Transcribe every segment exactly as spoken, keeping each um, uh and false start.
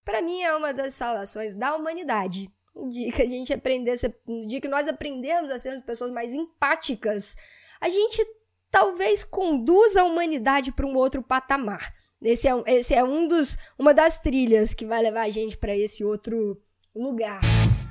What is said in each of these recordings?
para mim é uma das salvações da humanidade. Um dia que a gente aprendesse, um dia que nós aprendermos a ser pessoas mais empáticas, a gente talvez conduza a humanidade para um outro patamar. Esse é, esse é um dos, uma das trilhas que vai levar a gente para esse outro lugar.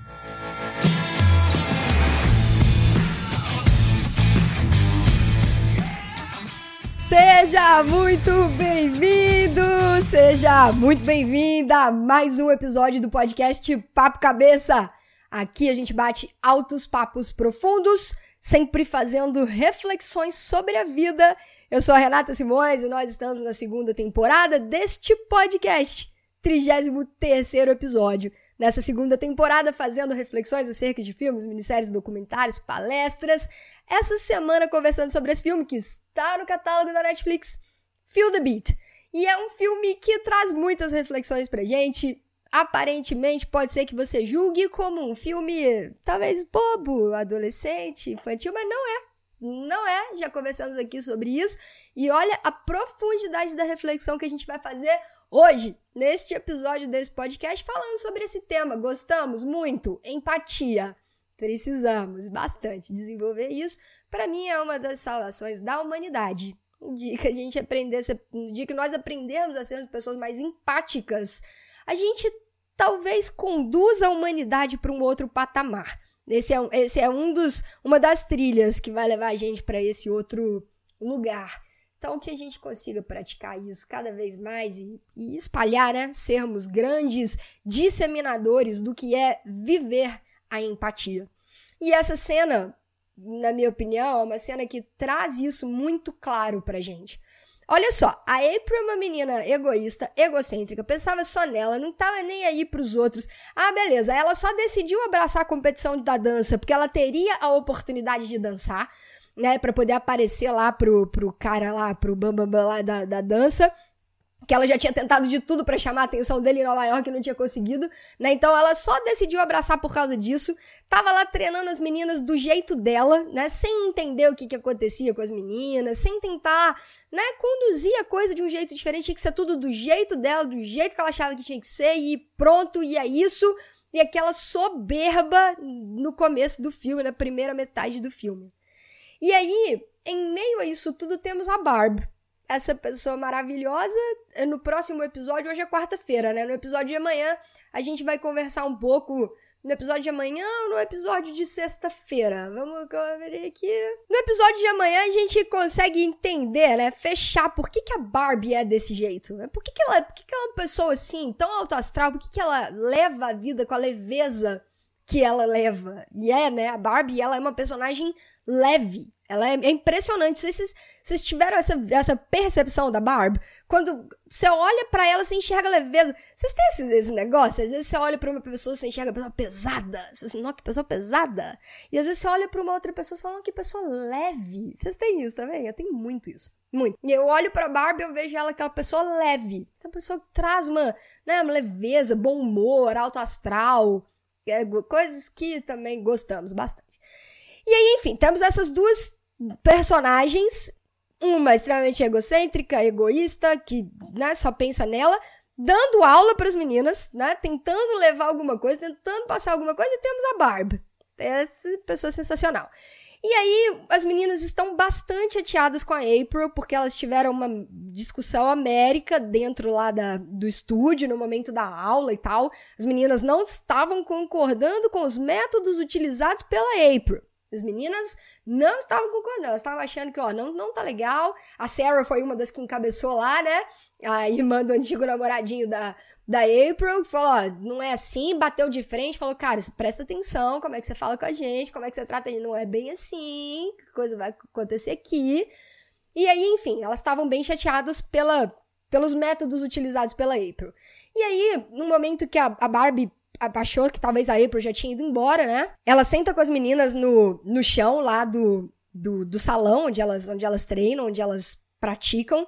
Seja muito bem-vindo, seja muito bem-vinda a mais um episódio do podcast Papo Cabeça. Aqui a gente bate altos papos profundos, sempre fazendo reflexões sobre a vida. Eu sou a Renata Simões e nós estamos na segunda temporada deste podcast, trigésimo terceiro episódio. Nessa segunda temporada, fazendo reflexões acerca de filmes, minisséries, documentários, palestras. Essa semana conversando sobre esse filme que está no catálogo da Netflix, Feel the Beat. E é um filme que traz muitas reflexões pra gente. Aparentemente, pode ser que você julgue como um filme, talvez bobo, adolescente, infantil, mas não é. Não é. Já conversamos aqui sobre isso. E olha a profundidade da reflexão que a gente vai fazer hoje, neste episódio desse podcast, falando sobre esse tema. Gostamos muito? Empatia. Precisamos bastante desenvolver isso. Para mim, é uma das salvações da humanidade. Um dia que a gente aprendesse, um dia que nós aprendermos a ser pessoas mais empáticas, a gente talvez conduza a humanidade para um outro patamar. Esse é, esse é um dos, uma das trilhas que vai levar a gente para esse outro lugar. Então, que a gente consiga praticar isso cada vez mais e, e espalhar, né? Sermos grandes disseminadores do que é viver a empatia. E essa cena, na minha opinião, é uma cena que traz isso muito claro pra gente. Olha só, a April é uma menina egoísta, egocêntrica, pensava só nela, não tava nem aí pros outros. Ah, beleza, ela só decidiu abraçar a competição da dança porque ela teria a oportunidade de dançar, né, pra poder aparecer lá pro, pro cara lá, pro bambambam bam, bam, lá da, da dança, que ela já tinha tentado de tudo pra chamar a atenção dele em Nova York e não tinha conseguido, né, então ela só decidiu abraçar por causa disso, tava lá treinando as meninas do jeito dela, né, sem entender o que que acontecia com as meninas, sem tentar, né, conduzir a coisa de um jeito diferente, tinha que ser tudo do jeito dela, do jeito que ela achava que tinha que ser, e pronto, e é isso, e aquela soberba no começo do filme, na primeira metade do filme. E aí, em meio a isso tudo, temos a Barb, essa pessoa maravilhosa. No próximo episódio, hoje é quarta-feira, né? No episódio de amanhã, a gente vai conversar um pouco. No episódio de amanhã ou no episódio de sexta-feira? Vamos ver aqui. No episódio de amanhã, a gente consegue entender, né? Fechar por que que a Barbie é desse jeito. Né? Por que que ela, por que que ela é uma pessoa assim, tão alto astral? Por que que ela leva a vida com a leveza que ela leva? E é, né? A Barbie, ela é uma personagem leve. Ela é, é impressionante. Vocês, vocês tiveram essa, essa percepção da Barb? Quando você olha pra ela, você enxerga leveza. Vocês têm esse, esse negócio? Às vezes você olha pra uma pessoa, você enxerga uma pessoa pesada. Você fala, nossa, que pessoa pesada. E às vezes você olha pra uma outra pessoa e fala, que pessoa leve. Vocês têm isso também? Eu tenho muito isso. Muito. E eu olho pra Barb e eu vejo ela aquela pessoa leve. Uma pessoa que traz uma, né, uma leveza, bom humor, alto astral. É, coisas que também gostamos bastante. E aí, enfim, temos essas duas personagens, uma extremamente egocêntrica, egoísta, que, né, só pensa nela, dando aula para as meninas, né, tentando levar alguma coisa, tentando passar alguma coisa, e temos a Barb, essa pessoa sensacional. E aí, as meninas estão bastante chateadas com a April, porque elas tiveram uma discussão homérica dentro lá da, do estúdio, no momento da aula e tal. As meninas não estavam concordando com os métodos utilizados pela April. As meninas não estavam concordando, elas estavam achando que, ó, não, não tá legal. A Sarah foi uma das que encabeçou lá, né? A irmã do antigo namoradinho da, da April, que falou, ó, não é assim, bateu de frente, falou, cara, presta atenção, como é que você fala com a gente, como é que você trata a gente, não é bem assim, que coisa vai acontecer aqui. E aí, enfim, elas estavam bem chateadas pela, pelos métodos utilizados pela April. E aí, no momento que a, a Barbie achou que talvez a April já tinha ido embora, né? Ela senta com as meninas no, no chão lá do, do, do salão onde elas, onde elas treinam, onde elas praticam.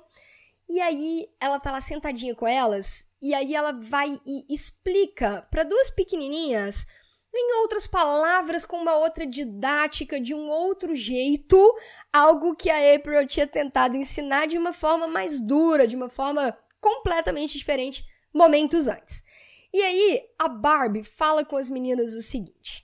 E aí ela tá lá sentadinha com elas e aí ela vai e explica para duas pequenininhas, em outras palavras, com uma outra didática, de um outro jeito, algo que a April tinha tentado ensinar de uma forma mais dura, de uma forma completamente diferente momentos antes. E aí, a Barbie fala com as meninas o seguinte: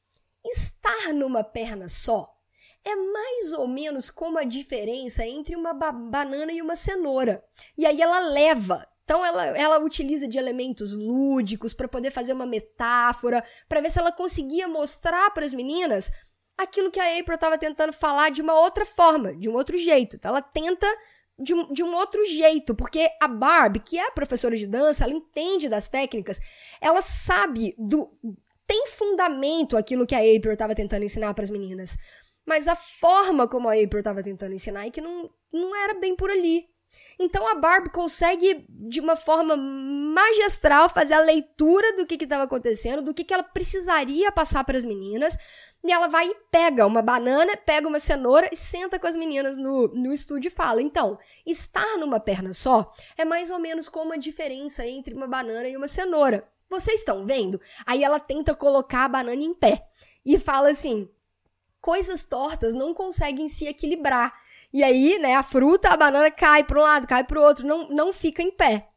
estar numa perna só é mais ou menos como a diferença entre uma ba- banana e uma cenoura. E aí ela leva. Então ela, ela utiliza de elementos lúdicos para poder fazer uma metáfora, para ver se ela conseguia mostrar para as meninas aquilo que a April estava tentando falar de uma outra forma, de um outro jeito. Então ela tenta de um, de um outro jeito, porque a Barbie, que é a professora de dança, ela entende das técnicas, ela sabe do... tem fundamento aquilo que a April estava tentando ensinar para as meninas. Mas a forma como a April estava tentando ensinar é que não, não era bem por ali. Então a Barbie consegue, de uma forma magistral, fazer a leitura do que estava acontecendo, do que, que ela precisaria passar para as meninas, e ela vai e pega uma banana, pega uma cenoura e senta com as meninas no, no estúdio e fala: então, estar numa perna só é mais ou menos como a diferença entre uma banana e uma cenoura. Vocês estão vendo? Aí ela tenta colocar a banana em pé e fala assim: coisas tortas não conseguem se equilibrar. E aí, né, a fruta, a banana cai para um lado, cai para o outro, não, não fica em pé.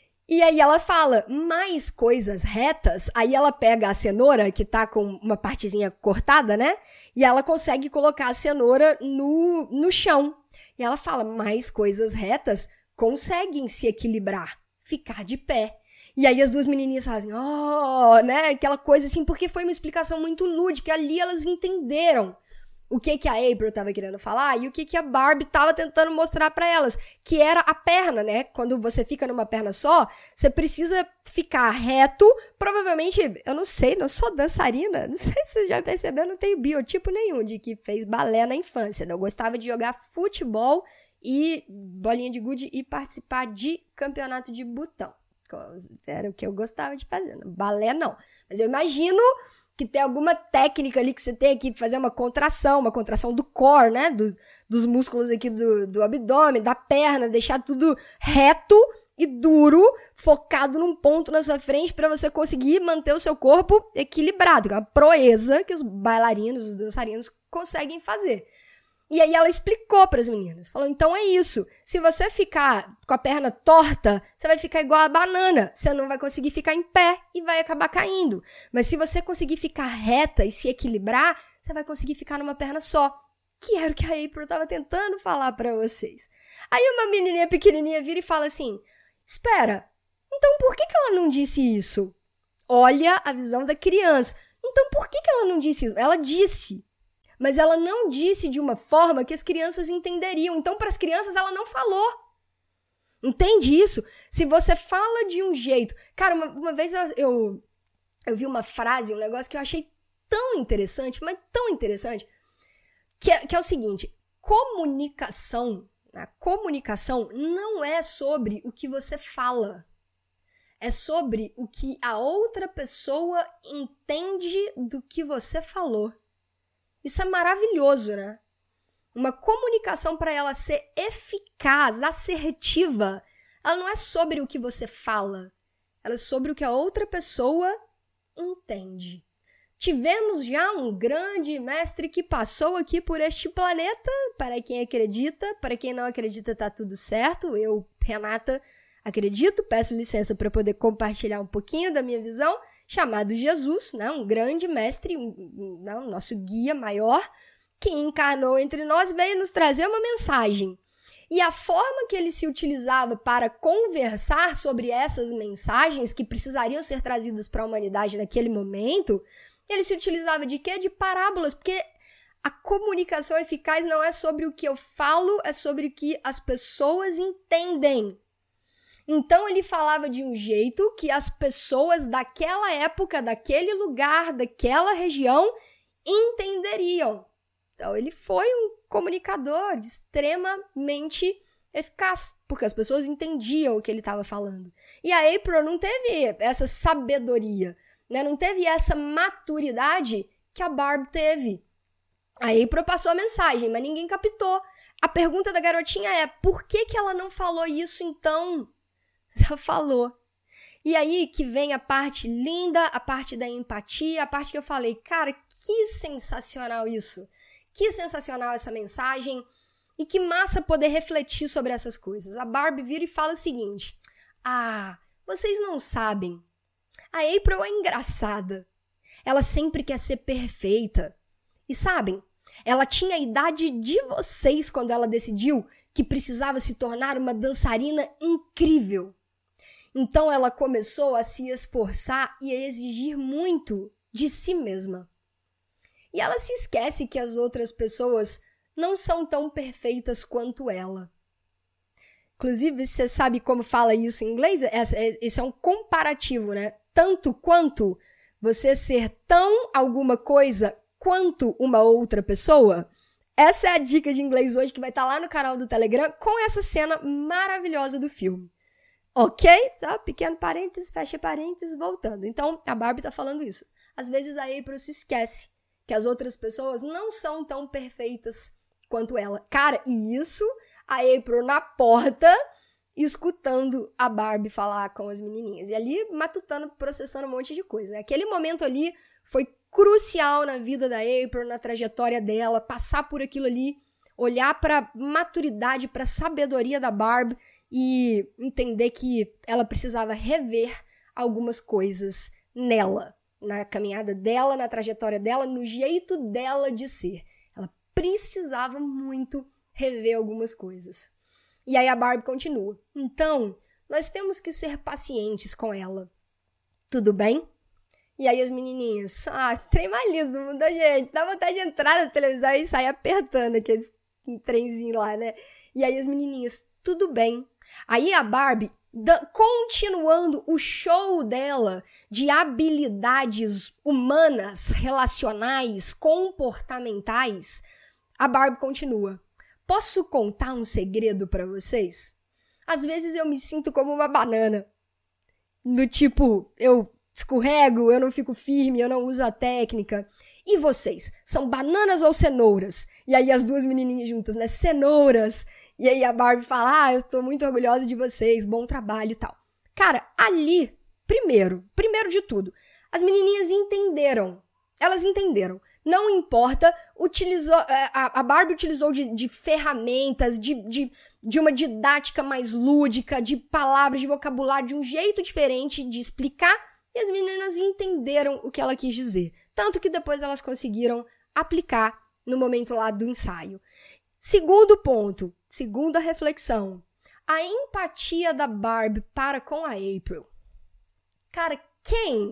E aí ela fala, mais coisas retas, aí ela pega a cenoura, que tá com uma partezinha cortada, né, e ela consegue colocar a cenoura no, no chão. E ela fala, mais coisas retas conseguem se equilibrar, ficar de pé. E aí as duas menininhas fazem, oh, né, aquela coisa assim, porque foi uma explicação muito lúdica, ali elas entenderam o que, que a April estava querendo falar e o que, que a Barbie estava tentando mostrar para elas, que era a perna, né? Quando você fica numa perna só, você precisa ficar reto, provavelmente, eu não sei, não sou dançarina, não sei se você já percebeu, não tenho biotipo nenhum de que fez balé na infância, né? Eu gostava de jogar futebol e bolinha de gude e participar de campeonato de botão. Era o que eu gostava de fazer, balé não, mas eu imagino que tem alguma técnica ali que você tem que fazer uma contração, uma contração do core, né? Do, dos músculos aqui do, do abdômen, da perna, deixar tudo reto e duro, focado num ponto na sua frente para você conseguir manter o seu corpo equilibrado, que é uma proeza que os bailarinos, os dançarinos conseguem fazer. E aí ela explicou para as meninas, falou, então é isso, se você ficar com a perna torta, você vai ficar igual a banana, você não vai conseguir ficar em pé e vai acabar caindo. Mas se você conseguir ficar reta e se equilibrar, você vai conseguir ficar numa perna só, que era o que a April estava tentando falar para vocês. Aí uma menininha pequenininha vira e fala assim, espera, então por que, que ela não disse isso? Olha a visão da criança. Então por que, que ela não disse isso? Ela disse. Mas ela não disse de uma forma que as crianças entenderiam. Então, para as crianças, ela não falou. Entende isso? Se você fala de um jeito... Cara, uma, uma vez eu, eu, eu vi uma frase, um negócio que eu achei tão interessante, mas tão interessante, que é, que é o seguinte, comunicação, a comunicação não é sobre o que você fala. É sobre o que a outra pessoa entende do que você falou. Isso é maravilhoso, né? Uma comunicação, para ela ser eficaz, assertiva, ela não é sobre o que você fala, ela é sobre o que a outra pessoa entende. Tivemos já um grande mestre que passou aqui por este planeta, para quem acredita, para quem não acredita tá tudo certo, eu, Renata, acredito, peço licença para poder compartilhar um pouquinho da minha visão, chamado Jesus, né? Um grande mestre, um, um, um nosso guia maior, que encarnou entre nós, veio nos trazer uma mensagem. E a forma que ele se utilizava para conversar sobre essas mensagens que precisariam ser trazidas para a humanidade naquele momento, ele se utilizava de quê? De parábolas, porque a comunicação eficaz não é sobre o que eu falo, é sobre o que as pessoas entendem. Então, ele falava de um jeito que as pessoas daquela época, daquele lugar, daquela região, entenderiam. Então, ele foi um comunicador extremamente eficaz, porque as pessoas entendiam o que ele estava falando. E a April não teve essa sabedoria, né? Não teve essa maturidade que a Barbie teve. A April passou a mensagem, mas ninguém captou. A pergunta da garotinha é, por que que ela não falou isso, então? Ela falou. E aí que vem a parte linda, a parte da empatia, a parte que eu falei, cara, que sensacional isso. Que sensacional essa mensagem. E que massa poder refletir sobre essas coisas. A Barbie vira e fala o seguinte, ah, vocês não sabem. A April é engraçada. Ela sempre quer ser perfeita. E sabem, ela tinha a idade de vocês quando ela decidiu que precisava se tornar uma dançarina incrível. Então ela começou a se esforçar e a exigir muito de si mesma. E ela se esquece que as outras pessoas não são tão perfeitas quanto ela. Inclusive, você sabe como fala isso em inglês? Esse é um comparativo, né? Tanto quanto você ser tão alguma coisa quanto uma outra pessoa. Essa é a dica de inglês hoje que vai estar lá no canal do Telegram com essa cena maravilhosa do filme. Ok? Só pequeno parênteses, fecha parênteses, voltando. Então, a Barbie tá falando isso. Às vezes a April se esquece que as outras pessoas não são tão perfeitas quanto ela. Cara, e isso, a April na porta, escutando a Barbie falar com as menininhas. E ali, matutando, processando um monte de coisa. Né? Aquele momento ali foi crucial na vida da April, na trajetória dela, passar por aquilo ali, olhar pra maturidade, pra sabedoria da Barbie e entender que ela precisava rever algumas coisas nela, na caminhada dela, na trajetória dela, no jeito dela de ser. Ela precisava muito rever algumas coisas. E aí a Barbie continua. Então, nós temos que ser pacientes com ela. Tudo bem? E aí as menininhas, ah, trem mais lindo do mundo da gente. Dá vontade de entrar na televisão e sair apertando aqueles trenzinho lá, né? E aí as menininhas, tudo bem. Aí a Barbie, da, continuando o show dela de habilidades humanas, relacionais, comportamentais, a Barbie continua. Posso contar um segredo pra vocês? Às vezes eu me sinto como uma banana. Do tipo, eu escorrego, eu não fico firme, eu não uso a técnica. E vocês, são bananas ou cenouras? E aí as duas menininhas juntas, né? Cenouras. E aí a Barbie fala, ah, eu tô muito orgulhosa de vocês, bom trabalho e tal. Cara, ali, primeiro, primeiro de tudo, as menininhas entenderam. Elas entenderam. Não importa, utilizou, a Barbie utilizou de, de ferramentas, de, de, de uma didática mais lúdica, de palavras, de vocabulário, de um jeito diferente de explicar, e as meninas entenderam o que ela quis dizer. Tanto que depois elas conseguiram aplicar no momento lá do ensaio. Segundo ponto, segunda reflexão, a empatia da Barbie para com a April. Cara, quem,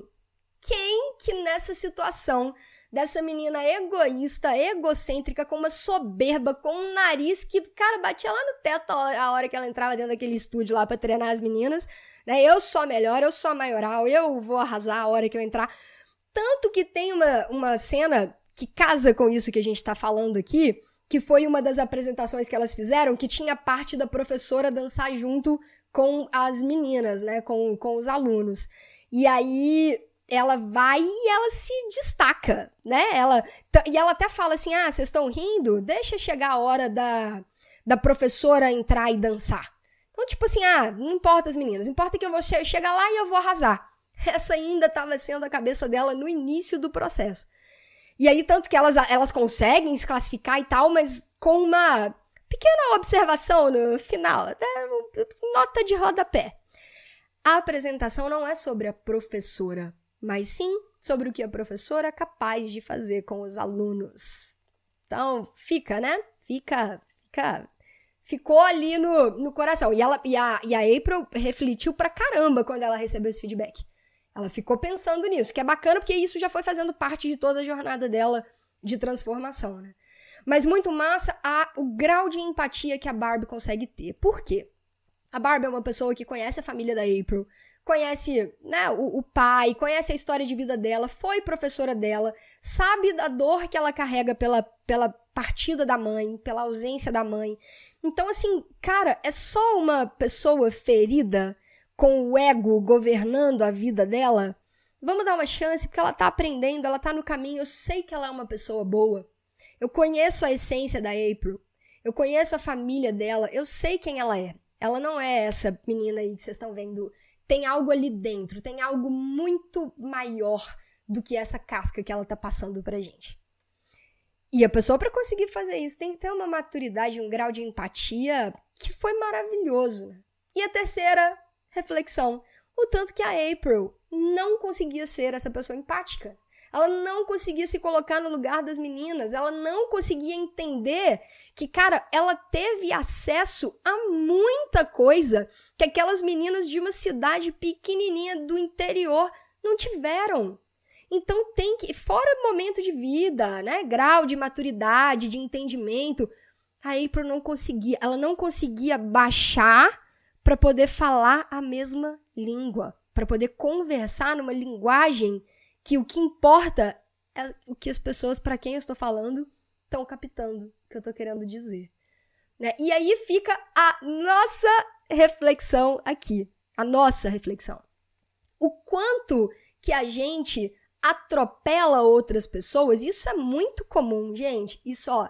quem que nessa situação dessa menina egoísta, egocêntrica, com uma soberba, com um nariz que, cara, batia lá no teto a hora que ela entrava dentro daquele estúdio lá pra treinar as meninas, né? Eu sou a melhor, eu sou a maioral, eu vou arrasar a hora que eu entrar. Tanto que tem uma, uma cena que casa com isso que a gente tá falando aqui, que foi uma das apresentações que elas fizeram, que tinha parte da professora dançar junto com as meninas, né? Com, com os alunos. E aí ela vai e ela se destaca, né? Ela, e ela até fala assim, ah, vocês estão rindo? Deixa chegar a hora da, da professora entrar e dançar. Então, tipo assim, ah, não importa as meninas, importa que eu vou che- chegar lá e eu vou arrasar. Essa ainda estava sendo a cabeça dela no início do processo. E aí, tanto que elas, elas conseguem se classificar e tal, mas com uma pequena observação no final, né? Nota de rodapé. A apresentação não é sobre a professora, mas sim sobre o que a professora é capaz de fazer com os alunos. Então, fica, né? Fica, fica, ficou ali no, no coração. E, ela, e, a, e a April refletiu pra caramba quando ela recebeu esse feedback. Ela ficou pensando nisso, que é bacana porque isso já foi fazendo parte de toda a jornada dela de transformação, né? Mas muito massa a, o grau de empatia que a Barbie consegue ter. Por quê? A Barbie é uma pessoa que conhece a família da April, conhece, né, o, o pai, conhece a história de vida dela, foi professora dela, sabe da dor que ela carrega pela, pela partida da mãe, pela ausência da mãe. Então, assim, cara, é só uma pessoa ferida com o ego governando a vida dela? Vamos dar uma chance, porque ela tá aprendendo, ela tá no caminho, eu sei que ela é uma pessoa boa. Eu conheço a essência da April, eu conheço a família dela, eu sei quem ela é. Ela não é essa menina aí que vocês estão vendo. Tem algo ali dentro, tem algo muito maior do que essa casca que ela tá passando pra gente. E a pessoa, pra conseguir fazer isso, tem que ter uma maturidade, um grau de empatia que foi maravilhoso, né? E a terceira reflexão, o tanto que a April não conseguia ser essa pessoa empática. Ela não conseguia se colocar no lugar das meninas. Ela não conseguia entender que, cara, ela teve acesso a muita coisa que aquelas meninas de uma cidade pequenininha do interior não tiveram. Então tem que, fora o momento de vida, né, grau de maturidade, de entendimento, a April não conseguia, ela não conseguia baixar para poder falar a mesma língua, para poder conversar numa linguagem que o que importa é o que as pessoas para quem eu estou falando estão captando o que eu estou querendo dizer. Né? E aí fica a nossa reflexão aqui, a nossa reflexão. O quanto que a gente atropela outras pessoas, isso é muito comum, gente. Isso, ó,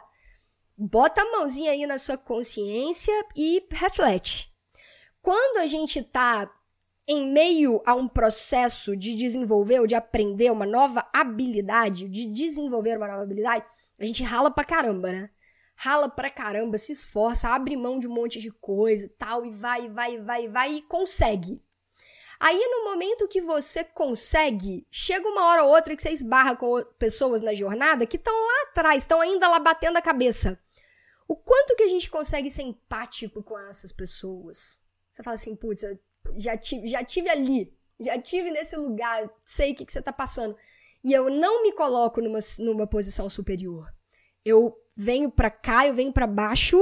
bota a mãozinha aí na sua consciência e reflete. Quando a gente tá em meio a um processo de desenvolver ou de aprender uma nova habilidade, de desenvolver uma nova habilidade, a gente rala pra caramba, né? Rala pra caramba, se esforça, abre mão de um monte de coisa e tal, e vai, vai, vai, vai e consegue. Aí, no momento que você consegue, chega uma hora ou outra que você esbarra com pessoas na jornada que estão lá atrás, estão ainda lá batendo a cabeça. O quanto que a gente consegue ser empático com essas pessoas? Você fala assim, putz, já tive, já tive ali, já tive nesse lugar, sei o que, que você tá passando. E eu não me coloco numa, numa posição superior. Eu venho pra cá, eu venho pra baixo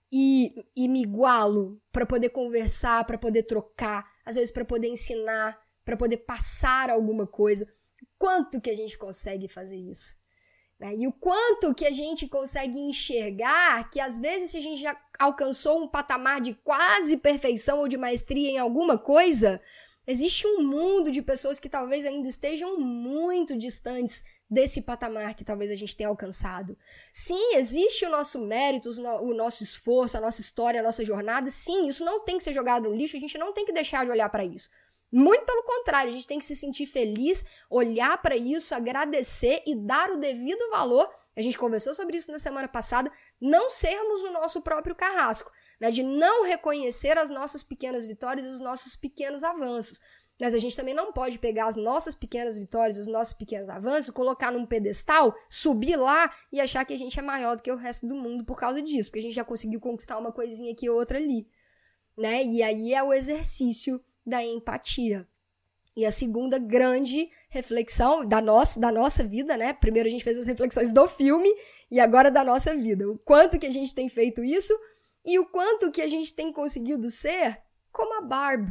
e, e me igualo pra poder conversar, pra poder trocar, às vezes para poder ensinar, para poder passar alguma coisa. Quanto que a gente consegue fazer isso? Né? E o quanto que a gente consegue enxergar que, às vezes, se a gente já alcançou um patamar de quase perfeição ou de maestria em alguma coisa, existe um mundo de pessoas que talvez ainda estejam muito distantes desse patamar que talvez a gente tenha alcançado. Sim, existe o nosso mérito, o nosso esforço, a nossa história, a nossa jornada. Sim, isso não tem que ser jogado no lixo, a gente não tem que deixar de olhar para isso. Muito pelo contrário, a gente tem que se sentir feliz, olhar para isso, agradecer e dar o devido valor. A gente conversou sobre isso na semana passada, não sermos o nosso próprio carrasco, né? De não reconhecer as nossas pequenas vitórias e os nossos pequenos avanços. Mas a gente também não pode pegar as nossas pequenas vitórias, os nossos pequenos avanços, colocar num pedestal, subir lá e achar que a gente é maior do que o resto do mundo por causa disso, porque a gente já conseguiu conquistar uma coisinha aqui ou outra ali, né? E aí é o exercício da empatia. E a segunda grande reflexão da nossa, da nossa vida, né? Primeiro a gente fez as reflexões do filme e agora da nossa vida. O quanto que a gente tem feito isso e o quanto que a gente tem conseguido ser como a Barb.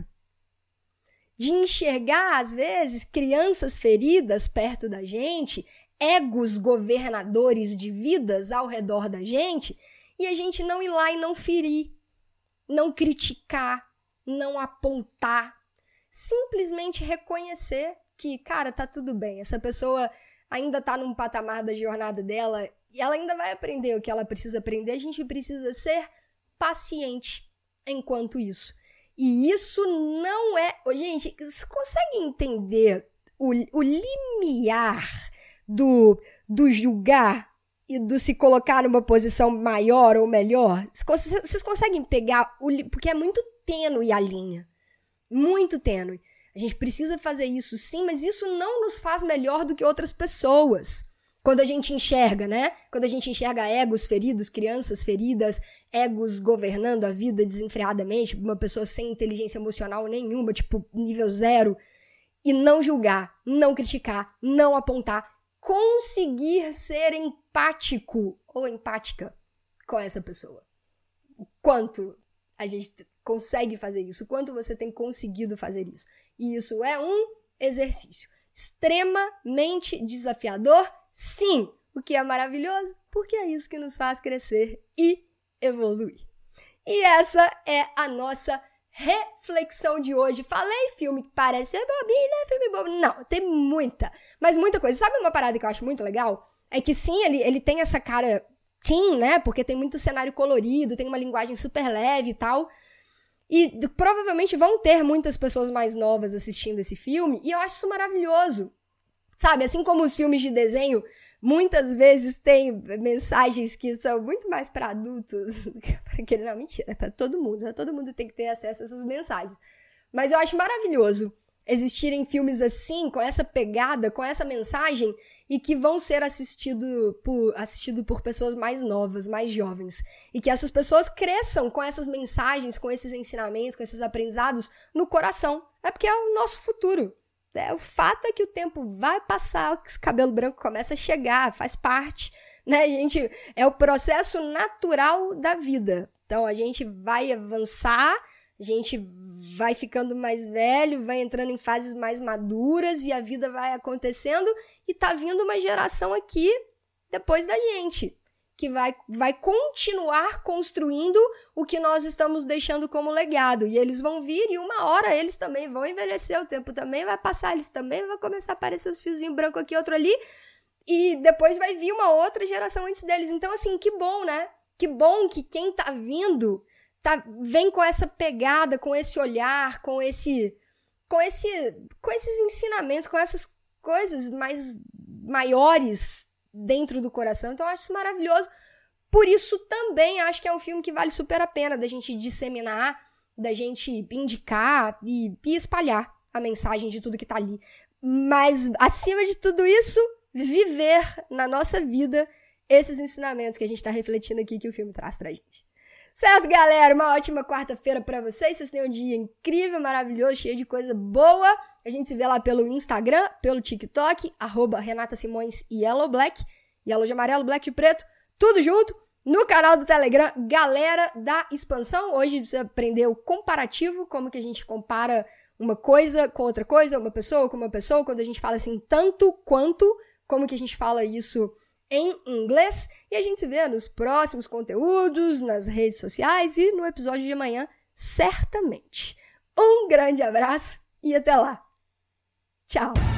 De enxergar, às vezes, crianças feridas perto da gente, egos governadores de vidas ao redor da gente, e a gente não ir lá e não ferir, não criticar, não apontar, simplesmente reconhecer que, cara, tá tudo bem, essa pessoa ainda tá num patamar da jornada dela e ela ainda vai aprender o que ela precisa aprender, a gente precisa ser paciente enquanto isso. E isso não é... Gente, vocês conseguem entender o, o limiar do, do julgar e do se colocar numa posição maior ou melhor? Vocês, vocês conseguem pegar... O, porque é muito tênue a linha. Muito tênue. A gente precisa fazer isso sim, mas isso não nos faz melhor do que outras pessoas. Quando a gente enxerga, né? Quando a gente enxerga egos feridos, crianças feridas, egos governando a vida desenfreadamente, uma pessoa sem inteligência emocional nenhuma, tipo, nível zero, e não julgar, não criticar, não apontar, conseguir ser empático ou empática com essa pessoa. O quanto a gente consegue fazer isso, o quanto você tem conseguido fazer isso. E isso é um exercício extremamente desafiador. Sim, o que é maravilhoso, porque é isso que nos faz crescer e evoluir. E essa é a nossa reflexão de hoje. Falei filme que parece ser bobinho, né? Filme bobo. Não, tem muita, mas muita coisa. Sabe uma parada que eu acho muito legal? É que sim, ele, ele tem essa cara teen, né? Porque tem muito cenário colorido, tem uma linguagem super leve e tal. E provavelmente vão ter muitas pessoas mais novas assistindo esse filme, e eu acho isso maravilhoso. Sabe, assim como os filmes de desenho, muitas vezes tem mensagens que são muito mais para adultos do que para aquele... Não, mentira, é para todo mundo, né? Todo mundo tem que ter acesso a essas mensagens. Mas eu acho maravilhoso existirem filmes assim, com essa pegada, com essa mensagem, e que vão ser assistido por, assistido por pessoas mais novas, mais jovens. E que essas pessoas cresçam com essas mensagens, com esses ensinamentos, com esses aprendizados no coração. É porque é o nosso futuro. É, o fato é que o tempo vai passar, esse cabelo branco começa a chegar, faz parte, né, gente? É o processo natural da vida. Então, a gente vai avançar, a gente vai ficando mais velho, vai entrando em fases mais maduras e a vida vai acontecendo e tá vindo uma geração aqui, depois da gente, que vai, vai continuar construindo o que nós estamos deixando como legado. E eles vão vir e uma hora eles também vão envelhecer, o tempo também vai passar, eles também vão começar a aparecer os fiozinhos brancos aqui, outro ali, e depois vai vir uma outra geração antes deles. Então, assim, que bom, né? Que bom que quem tá vindo tá, vem com essa pegada, com esse olhar, com esse, com esse, com esses ensinamentos, com essas coisas mais maiores dentro do coração. Então eu acho isso maravilhoso. Por isso também acho que é um filme que vale super a pena da gente disseminar, da gente indicar e, e espalhar a mensagem de tudo que tá ali. Mas, acima de tudo isso, viver na nossa vida esses ensinamentos que a gente tá refletindo aqui que o filme traz pra gente. Certo, galera? Uma ótima quarta-feira pra vocês. Vocês tenham um dia incrível, maravilhoso, cheio de coisa boa. A gente se vê lá pelo Instagram, pelo TikTok, arroba Renata Simões e Yellow Black, Yellow de amarelo, Black de preto, tudo junto. No canal do Telegram, Galera da Expansão. Hoje você aprendeu o comparativo, como que a gente compara uma coisa com outra coisa, uma pessoa com uma pessoa, quando a gente fala assim, tanto quanto, como que a gente fala isso em inglês. E a gente se vê nos próximos conteúdos, nas redes sociais e no episódio de amanhã, certamente. Um grande abraço e até lá! Tchau!